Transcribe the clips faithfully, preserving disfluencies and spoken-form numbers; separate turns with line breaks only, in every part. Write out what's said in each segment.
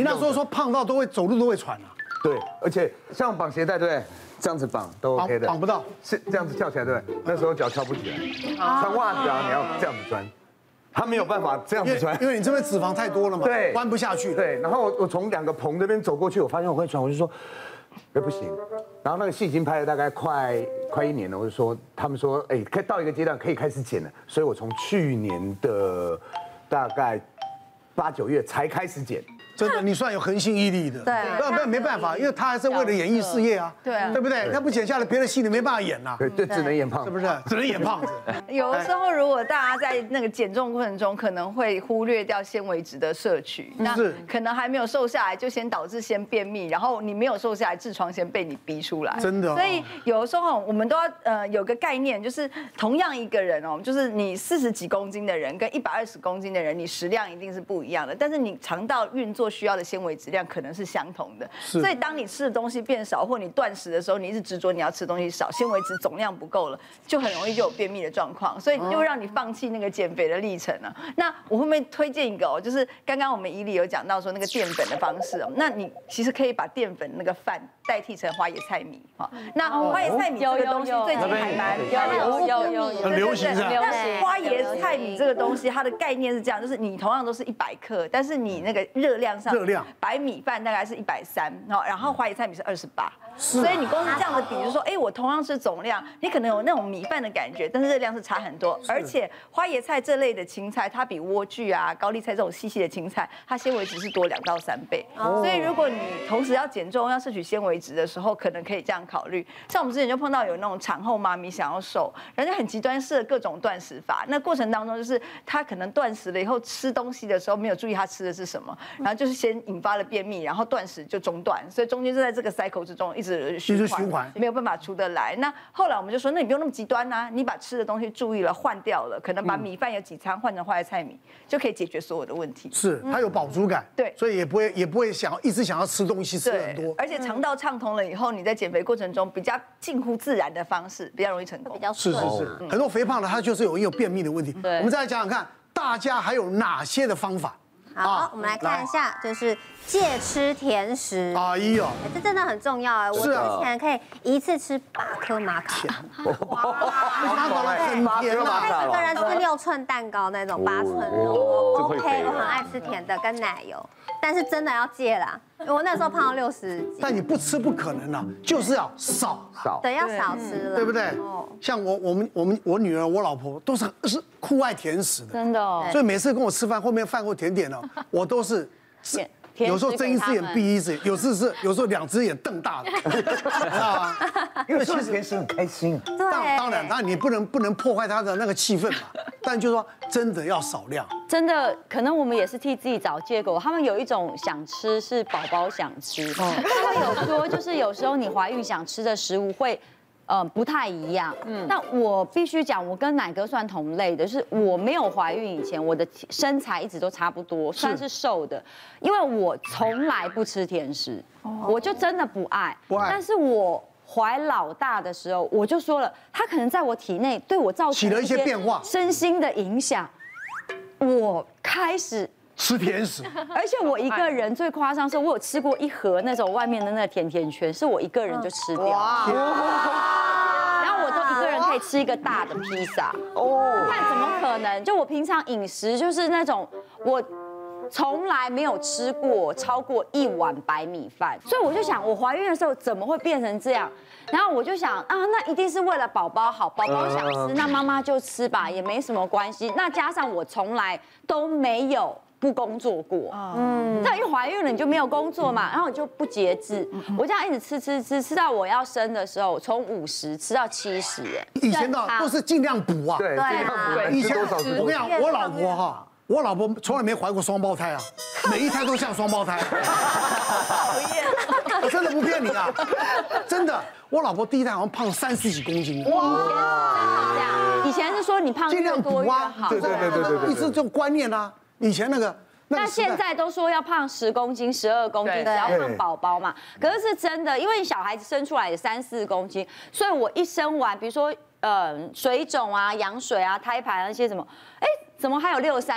那时候说胖到都会走路都会喘啊。
对，而且像绑鞋带，对不对？这样子绑都 OK 的，
绑不到，
是这样子跳起来，对不对？那时候脚翘不起来，穿袜子啊，你要这样子穿，他没有办法这样子穿，
因为你这边脂肪太多了嘛，
对，
弯不下去。
对，然后我我从两个棚这边走过去，我发现我会喘，我就说，哎不行。然后那个戏已经拍了大概快快一年了，我就说，他们说，哎，可以到一个阶段可以开始减了，所以我从去年的大概八九月才开始减。
真的，你算有恒心毅力的。
对，
那没没办法，因为他还是为了演艺事业啊，
对啊，
对不对？他不减下来，别的戏你没办法演呐。
对对，只能演胖，
是不是？只能演胖子。
有的时候，如果大家在那个减重过程中，可能会忽略掉纤维质的摄取，那可能还没有瘦下来，就先导致先便秘，然后你没有瘦下来，痔疮先被你逼出来。
真的。
所以有的时候我们都要呃有个概念，就是同样一个人哦，就是你四十几公斤的人跟一百二十公斤的人，你食量一定是不一样的，但是你肠道运作需要的纤维质量可能是相同的，所以当你吃的东西变少，或你断食的时候，你一直执着你要吃的东西少，纤维质总量不够了，就很容易就有便秘的状况，所以就会让你放弃那个减肥的历程了。那我会不会推荐一个哦，就是刚刚我们伊利有讲到说那个淀粉的方式哦，那你其实可以把淀粉那个饭代替成花椰菜米哈。那花椰菜米这个东西最近还蛮
有有有
很流行的。
但花椰菜米这个东西，它的概念是这样，就是你同样都是一百克，但是你那个热量上，
热量
白米饭大概是一百三，然后花椰菜米是二十八，所以你光是这样的比，就是说，哎，我同样是总量，你可能有那种米饭的感觉，但是热量是差很多。而且花椰菜这类的青菜，它比莴苣啊、高丽菜这种细细的青菜，它纤维质是多两到三倍。所以如果你同时要减重、要摄取纤维质的时候，可能可以这样考虑。像我们之前就碰到有那种产后妈咪想要瘦，人家很极端试了各种断食法，那过程当中就是她可能断食了以后吃东西的时候没有注意她吃的是什么，然后就是先引发了便秘，然后断食就中断，所以中间就在这个 cycle 之中一直循环，循环没有办法出得来。那后来我们就说，那你不用那么极端啊，你把吃的东西注意了，换掉了，可能把米饭有几餐换成花椰菜米，就可以解决所有的问题。
是，它有饱足感，
对，
所以也不会也不会想要一直想要吃东西，吃很多。
而且肠道畅通了以后，你在减肥过程中比较近乎自然的方式，比较容易成功，
比较
是是是，很多肥胖的他就是有有便秘的问题。我们再来讲讲看，大家还有哪些的方法？
好，我们来看一下，就是戒吃甜食。
哎呦，
这真的很重要哎！我之前可以一次吃八颗玛卡，
哇，很甜
嘛！一个人吃六寸蛋糕那种八寸的，我 OK， 我很爱吃甜的跟奶油，但是真的要戒啦。我那时候胖到六十几，
但你不吃不可能啊，就是要少
少，
对，要少吃了，
对不对？像我我们我们我女儿我老婆都是是酷爱甜食的，
真的哦。
所以每次跟我吃饭，后面饭或甜点呢，我都是有时候睁一只眼闭一只眼，有时是有时候两只眼瞪大的，知道吗？
因为吃甜食很开心。
当当然，当然你不能不能破坏他的那个气氛嘛。但就是说真的要少量。
真的，可能我们也是替自己找借口。他们有一种想吃是宝宝想吃，他们有说就是有时候你怀孕想吃的食物会。呃，不太一样。嗯，那我必须讲，我跟奶哥算同类的，就是我没有怀孕以前，我的身材一直都差不多，算是瘦的，因为我从来不吃甜食，我就真的不爱。
不爱。
但是我怀老大的时候，我就说了，他可能在我体内对我造成
起了一些变化，
身心的影响，我开始。
吃甜食，
而且我一个人最夸张是，我有吃过一盒那种外面的那个甜甜圈，是我一个人就吃掉。哇！然后我都一个人可以吃一个大的披萨。哦，看怎么可能？就我平常饮食就是那种我。从来没有吃过超过一碗白米饭，所以我就想，我怀孕的时候怎么会变成这样？然后我就想啊，那一定是为了宝宝好，宝宝想吃，那妈妈就吃吧，也没什么关系。那加上我从来都没有不工作过，嗯，那因为怀孕了你就没有工作嘛，然后我就不节制，我这样一直吃吃吃，吃到我要生的时候，从五十吃到七十，哎，
以前的都是尽量补啊，
对，尽量补，
以前
多少
我跟你讲，我老婆哈。我老婆从来没怀过双胞胎啊，每一胎都像双胞胎。讨厌，我真的不骗你啊，真的，我老婆第一胎好像胖三十几公斤。
哇，以前是说你胖越多越好，
对对对对对，一直这种观念啊。以前那个，
那现在都说要胖十公斤、十二公斤，只要胖宝宝嘛。可是是真的，因为小孩子生出来也三四公斤，所以我一生完，比如说呃水肿啊、羊水啊、胎盘那些什么，哎。怎么还有六三？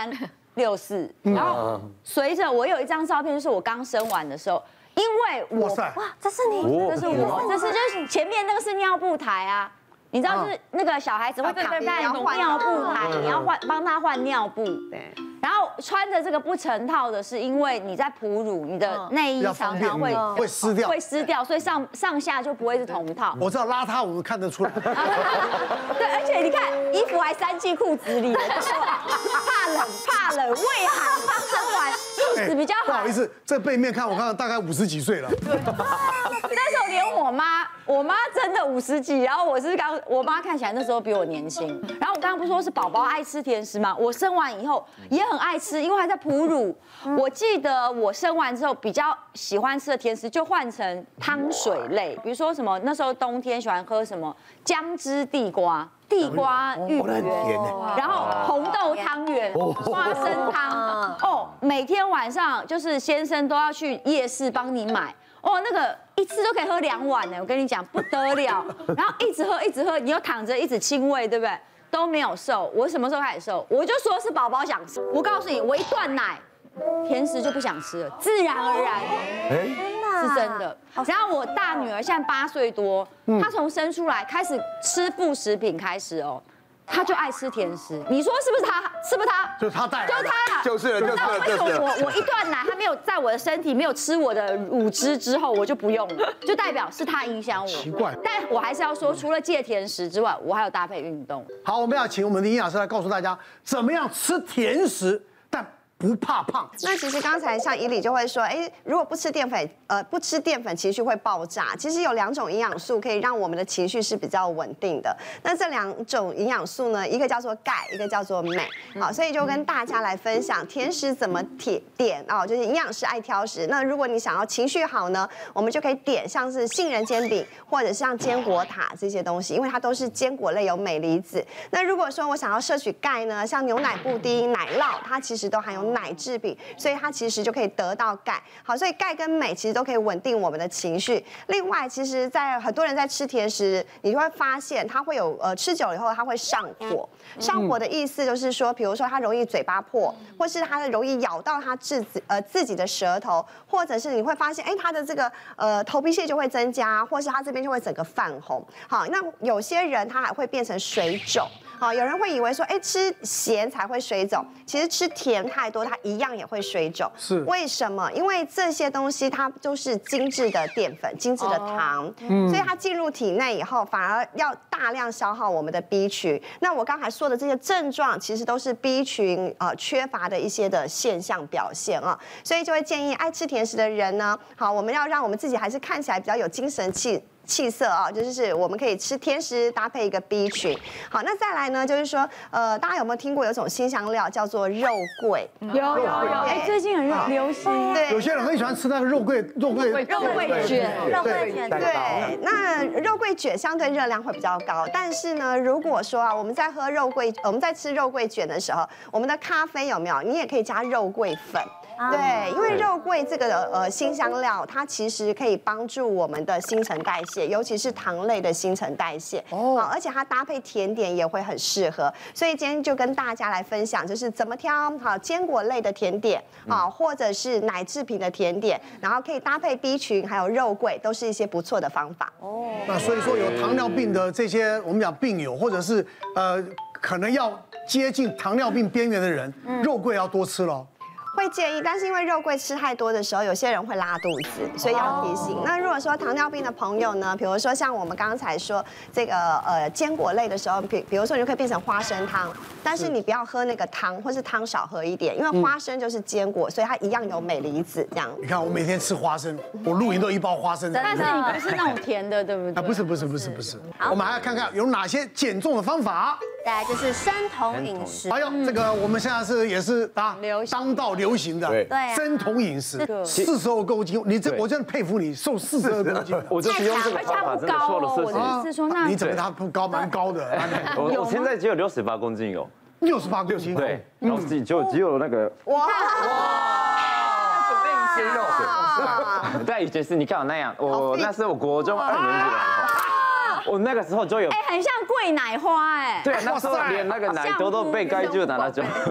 六四，然后随着我有一张照片，就是我刚生完的时候，因为我
哇塞，
哇，这是你，
这是我，这是就是前面那个是尿布台啊。你知道，就是那个小孩子会躺在那种尿布台，你要换帮他换尿布。对。然后穿着这个不成套的，是因为你在哺乳，你的内衣常常会
会湿掉，
会湿掉，所以上上下就不会是同套。
我知道邋遢，我们看得出来。
对，而且你看衣服还塞进裤子里，怕冷怕冷，畏寒，刚生完肚子比较好。
不好意思，这背面看我看到大概五十几岁了。
对。那时候连我妈，我妈真的五十几，然后我是刚，我妈看起来那时候比我年轻。然后我刚刚不是说是宝宝爱吃甜食吗？我生完以后也很爱吃，因为还在哺乳。我记得我生完之后比较喜欢吃的甜食就换成汤水类，比如说什么那时候冬天喜欢喝什么姜汁地瓜。地瓜芋圆，然后红豆汤圆、花生汤，哦，每天晚上就是先生都要去夜市帮你买，哦，那个一次都可以喝两碗呢，我跟你讲不得了，然后一直喝一直喝，你又躺着一直亲喂，对不对？都没有瘦，我什么时候开始瘦？我就说是宝宝想吃，我告诉你，我一断奶，甜食就不想吃了，自然而然。是真的。然后我大女儿现在八岁多，她从生出来开始吃副食品开始哦，她就爱吃甜食。你说是不是她？是不是她？
就是她带，
就是她啦，
就是了，就是了，
那为什么我我一断奶，她没有在我的身体没有吃我的乳汁之后，我就不用了，就代表是她影响我。
奇怪。
但我还是要说，除了戒甜食之外，我还有搭配运动。
好，我们要请我们的营养师来告诉大家，怎么样吃甜食，但不怕胖。
那其实刚才像以里就会说，哎，如果不吃淀粉，呃，不吃淀粉情绪会爆炸。其实有两种营养素可以让我们的情绪是比较稳定的。那这两种营养素呢，一个叫做钙，一个叫做镁。好，所以就跟大家来分享甜食怎么点哦，就是营养师爱挑食。那如果你想要情绪好呢，我们就可以点像是杏仁煎饼或者像坚果塔这些东西，因为它都是坚果类，有镁离子。那如果说我想要摄取钙呢，像牛奶布丁、奶酪，它其实都含有奶制品，所以它其实就可以得到钙。好，所以钙跟镁其实都可以稳定我们的情绪。另外，其实，在很多人在吃甜食，你会发现它会有呃吃久了以后它会上火。上火的意思就是说，比如说它容易嘴巴破，或是它容易咬到它自己呃自己的舌头，或者是你会发现，哎，它的这个呃头皮屑就会增加，或是它这边就会整个泛红。好，那有些人他还会变成水肿。好，有人会以为说，哎，吃咸才会水肿，其实吃甜太多，它一样也会水肿。
是
为什么？因为这些东西它都是精致的淀粉、精致的糖，所以它进入体内以后，反而要大量消耗我们的 B 群。那我刚才说的这些症状，其实都是 B 群呃缺乏的一些的现象表现啊，所以就会建议爱吃甜食的人呢，好，我们要让我们自己还是看起来比较有精神气。气色啊，就是我们可以吃甜食搭配一个 B 群。好，那再来呢，就是说，呃，大家有没有听过有种辛香料叫做肉桂？
有有有，哎，最近很流行。
对，
有些人很喜欢吃那个肉桂，肉桂
肉桂卷，
肉桂卷。
对，那肉桂卷相对热量会比较高，但是呢，如果说啊，我们在喝肉桂，我们在吃肉桂卷的时候，我们的咖啡有没有？你也可以加肉桂粉。对，因为肉桂这个呃辛香料，它其实可以帮助我们的新陈代谢，尤其是糖类的新陈代谢。哦，而且它搭配甜点也会很适合。所以今天就跟大家来分享，就是怎么挑好坚果类的甜点啊，或者是奶制品的甜点，然后可以搭配 B 群还有肉桂，都是一些不错的方法。
哦，那所以说有糖尿病的这些我们讲病友，或者是呃可能要接近糖尿病边缘的人，肉桂要多吃咯。
会建议，但是因为肉桂吃太多的时候，有些人会拉肚子，所以要提醒。那如果说糖尿病的朋友呢，比如说像我们刚才说这个呃坚果类的时候，比比如说你就可以变成花生汤，但是你不要喝那个汤，或是汤少喝一点，因为花生就是坚果，所以它一样有镁离子这样。
你看我每天吃花生，我露营都一包花生。
但是你不是那种甜的，对不对？
啊，不是不是不是不是。我们还要看看有哪些减重的方法。
再来就是生酮饮食。
哎呦，这个我们现在是也是啊当道流行的。
对。
生酮饮食，四十二公斤，你这我真的佩服你，瘦四十二公斤，
我就是用这个方法，真的瘦了四十。
我是说，那
你怎么他不高，蛮高的？
我我现在只有六十八公斤有，
六十八公斤，
对，然后只只有只有那个
哇，
准备一些肉，
但以前是你看我那样，我那是我国中二年级的时候，我那个时候就有，
哎，很像桂奶花哎，
对，那时候连那个奶头都被盖住的那种。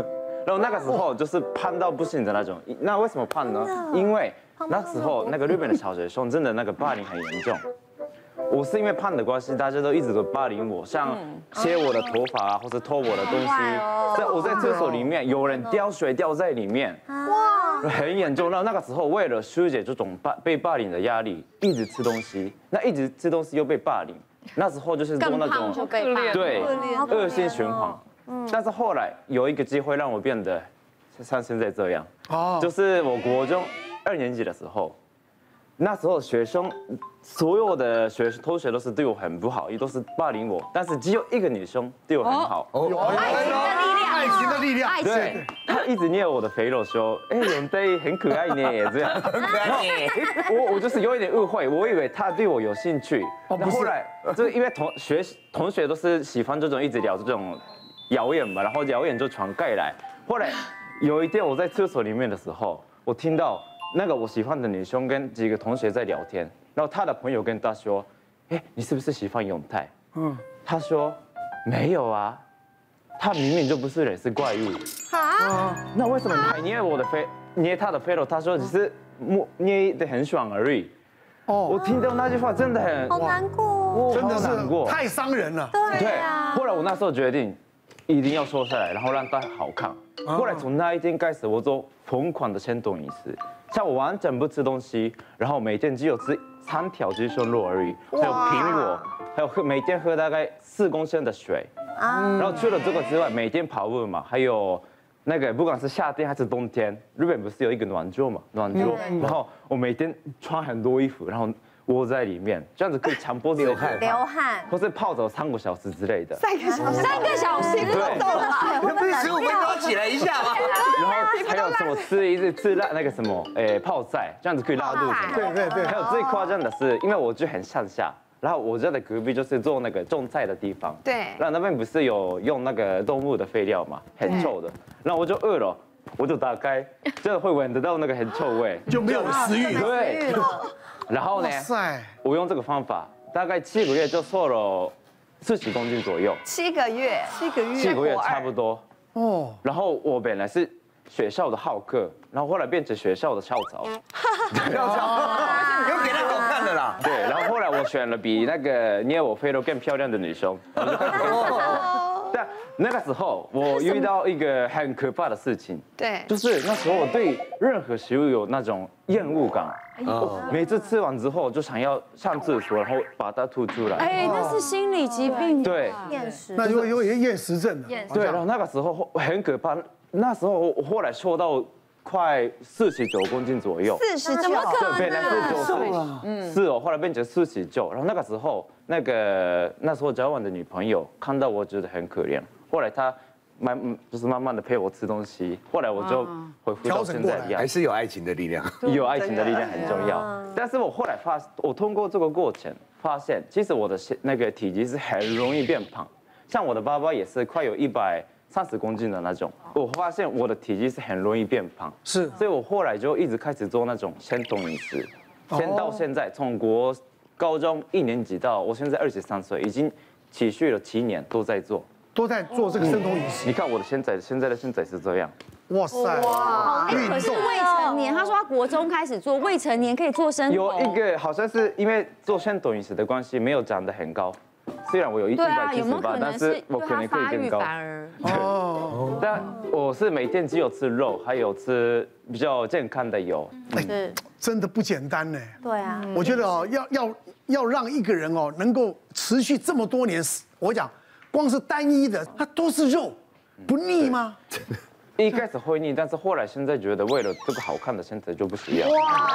然后那个时候就是胖到不行的那种。那为什么胖呢？因为那时候那个日本的小学生真的那个霸凌很严重。我是因为胖的关系，大家都一直都霸凌我，像切我的头发啊，或者偷我的东西。在我在厕所里面，有人掉水掉在里面，哇，很严重。然后那个时候为了疏解这种霸被霸凌的压力，一直吃东西，那一直吃东西又被霸凌，那时候就是做那种对恶性循环。但是后来有一个机会让我变得像现在这样，哦，就是我国中二年级的时候。那时候学生，所有的学同学都是对我很不好，也都是霸凌我，但是只有一个女生对我很好。
哦，爱情的力量，爱情的力量，爱情。
对，她一直捏我的肥肉说：“哎，永队很可爱呢。”这样，很可爱。我我就是有一点误会，我以为她对我有兴趣。那后来就因为同学同学都是喜欢这种一直聊这种谣言嘛，然后谣言就传开来。后来有一天我在厕所里面的时候，我听到。那个我喜欢的女生跟几个同学在聊天，然后她的朋友跟她说：“哎，你是不是喜欢永泰？”嗯，她说：“没有啊，他明明就不是人，是怪物。”啊？那为什么你还捏我的肥，捏他的肥肉？他说只是摸捏的很爽而已。哦，我听到那句话真的很
好难过，
真的是难过，太伤人了。
对
啊。后来我那时候决定，一定要瘦下来，然后让它好看。后来从那一天开始，我就疯狂的牵动饮食。像我完全不吃东西，然后每天只有吃三条鸡胸肉而已，还有苹果，还有喝每天喝大概四公升的水。然后除了这个之外，每天跑步嘛，还有那个不管是夏天还是冬天，日本不是有一个暖桌嘛，暖桌，然后我每天穿很多衣服，然后窝在里面，这样子可以强迫流汗，
流汗，
或是泡澡三个小时之类的。
三个小时，
三个小时，
对，
那不是十五分钟起来一下吗？
然后还有什么吃一直吃辣那个什么，诶泡菜，这样子可以拉肚子。
对对对。
还有最夸张的是，因为我就很乡下，然后我家的隔壁就是做那个种菜的地方。
对。
然后那边不是有用那个动物的废料嘛，很臭的。然后我就饿了，我就打开，真的会闻得到那个很臭味，
就没有食欲。
对。然后呢，我用这个方法，大概七个月就瘦了四十公斤左右。
七个月，
七个月，
七个月差不多。哦。然后我本来是学校的好客，然后后来变成学校的校草。
校草，有给他好看的啦。
对，然后后来我选了比那个捏我肥肉更漂亮的女生。但那个时候我遇到一个很可怕的事情，
对，
就是那时候我对任何食物有那种厌恶感。哦，每次吃完之后就想要上厕所，然后把它吐出来。
哎，那是心理疾病。
对，
厌食，
那就有厌食症的。
对，然后那个时候很可怕。那时候我后来瘦到快四十九公斤左右。
四十九，
怎么可能？
本来是九十，嗯，是哦，后来变成四十九。然后那个时候，那个那时候交往的女朋友看到我觉得很可怜，后来她慢就是慢慢的陪我吃东西，后来我就恢复到现在一样。
还是有爱情的力量，
有爱情的力量很重要。但是我后来发，我通过这个过程发现，其实我的那个体积是很容易变胖，像我的爸爸也是快有一百三十公斤的那种。我发现我的体积是很容易变胖，
是，
所以我后来就一直开始做那种生酮饮食，先到现在，从国高中一年级到我现在二十三岁，已经持续了七年都在做。
都在做这个生酮饮食。
你看我的现在，现在的现在是这样。
哇塞！哇！
可是未成年，他说他国中开始做，未成年可以做生酮。
有一个好像是因为做生酮饮食的关系，没有长得很高。虽然我有一百七十八，但是我可能可以更高。哦。但我是每天只有吃肉，还有吃比较健康的油。
是。真的不简单呢。
对啊。
我觉得哦，要要要让一个人哦能够持续这么多年，我讲。光是单一的，它都是肉，不腻吗？
一开始会腻，但是后来现在觉得为了这个好看的身材就不需要。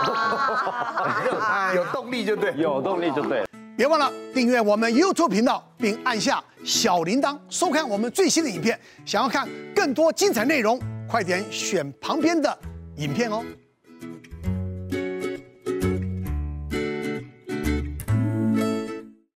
哇，
有动力就对，
有动力就对。
别忘了订阅我们 YouTube 频道，并按下小铃铛，收看我们最新的影片。想要看更多精彩内容，快点选旁边的影片哦。